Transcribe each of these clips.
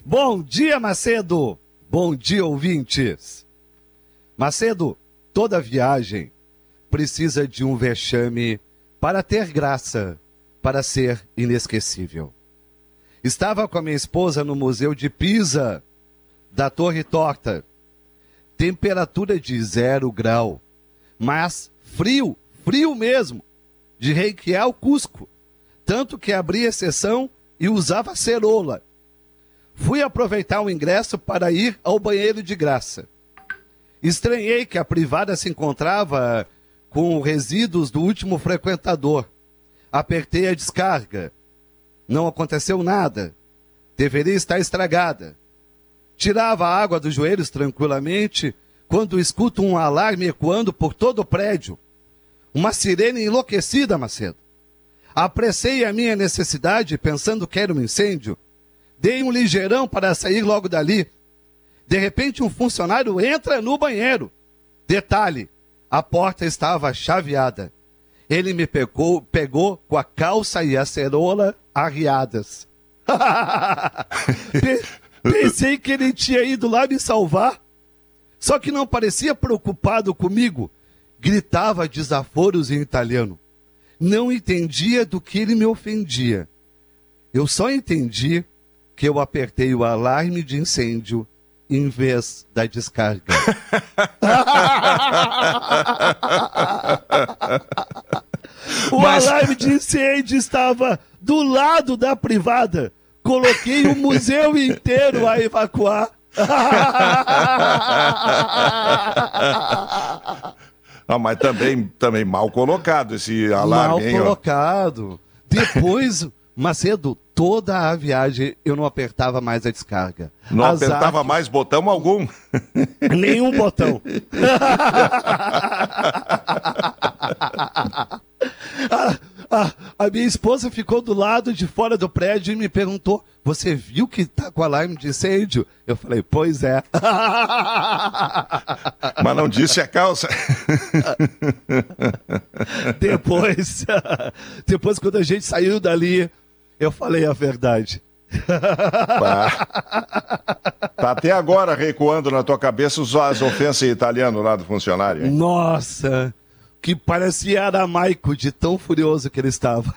Bom dia, Macedo! Bom dia, ouvintes! Macedo, toda viagem precisa de um vexame para ter graça, para ser inesquecível. Estava com a minha esposa no Museu de Pisa, da Torre Torta. Temperatura de 0 grau, mas frio mesmo, de Reikiel ao Cusco. Tanto que abri a sessão e usava cerola. Fui aproveitar o ingresso para ir ao banheiro de graça. Estranhei que a privada se encontrava com resíduos do último frequentador. Apertei a descarga. Não aconteceu nada. Deveria estar estragada. Tirava a água dos joelhos tranquilamente quando escuto um alarme ecoando por todo o prédio. Uma sirene enlouquecida, Macedo. Apressei a minha necessidade pensando que era um incêndio. Dei um ligeirão para sair logo dali. De repente, um funcionário entra no banheiro. Detalhe, a porta estava chaveada. Ele me pegou com a calça e a cerola arriadas. Pensei que ele tinha ido lá me salvar. Só que não parecia preocupado comigo. Gritava desaforos em italiano. Não entendia do que ele me ofendia. Eu só entendi que eu apertei o alarme de incêndio em vez da descarga. Alarme de incêndio estava do lado da privada. Coloquei o museu inteiro a evacuar. Mas também mal colocado esse alarme, hein? Mal colocado. Depois, Macedo, toda a viagem eu não apertava mais a descarga. Não apertava mais botão algum? Nenhum botão. A minha esposa ficou do lado de fora do prédio e me perguntou: você viu que tá com alarme de incêndio? Eu falei: pois é. Mas não disse a calça. Depois quando a gente saiu dali, eu falei a verdade. Tá até agora recuando na tua cabeça as ofensas em italiano lá do funcionário, hein? Nossa, que parecia aramaico de tão furioso que ele estava.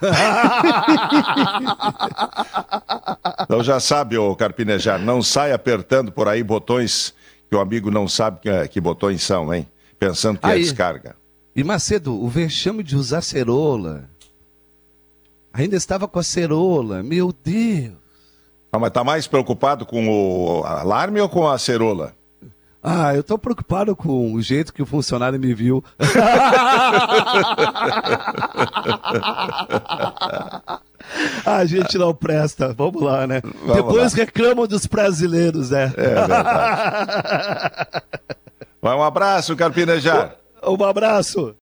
Então já sabe, ô Carpinejar, não sai apertando por aí botões que o amigo não sabe que botões são, hein? Pensando que é descarga. E Macedo, o vexame de usar cerola. Ainda estava com a cerola, meu Deus. Mas tá mais preocupado com o alarme ou com a cerola? Eu tô preocupado com o jeito que o funcionário me viu. A gente não presta, vamos lá, né? Depois reclamam dos brasileiros, né? É verdade. Um abraço, Carpinejar. Um abraço.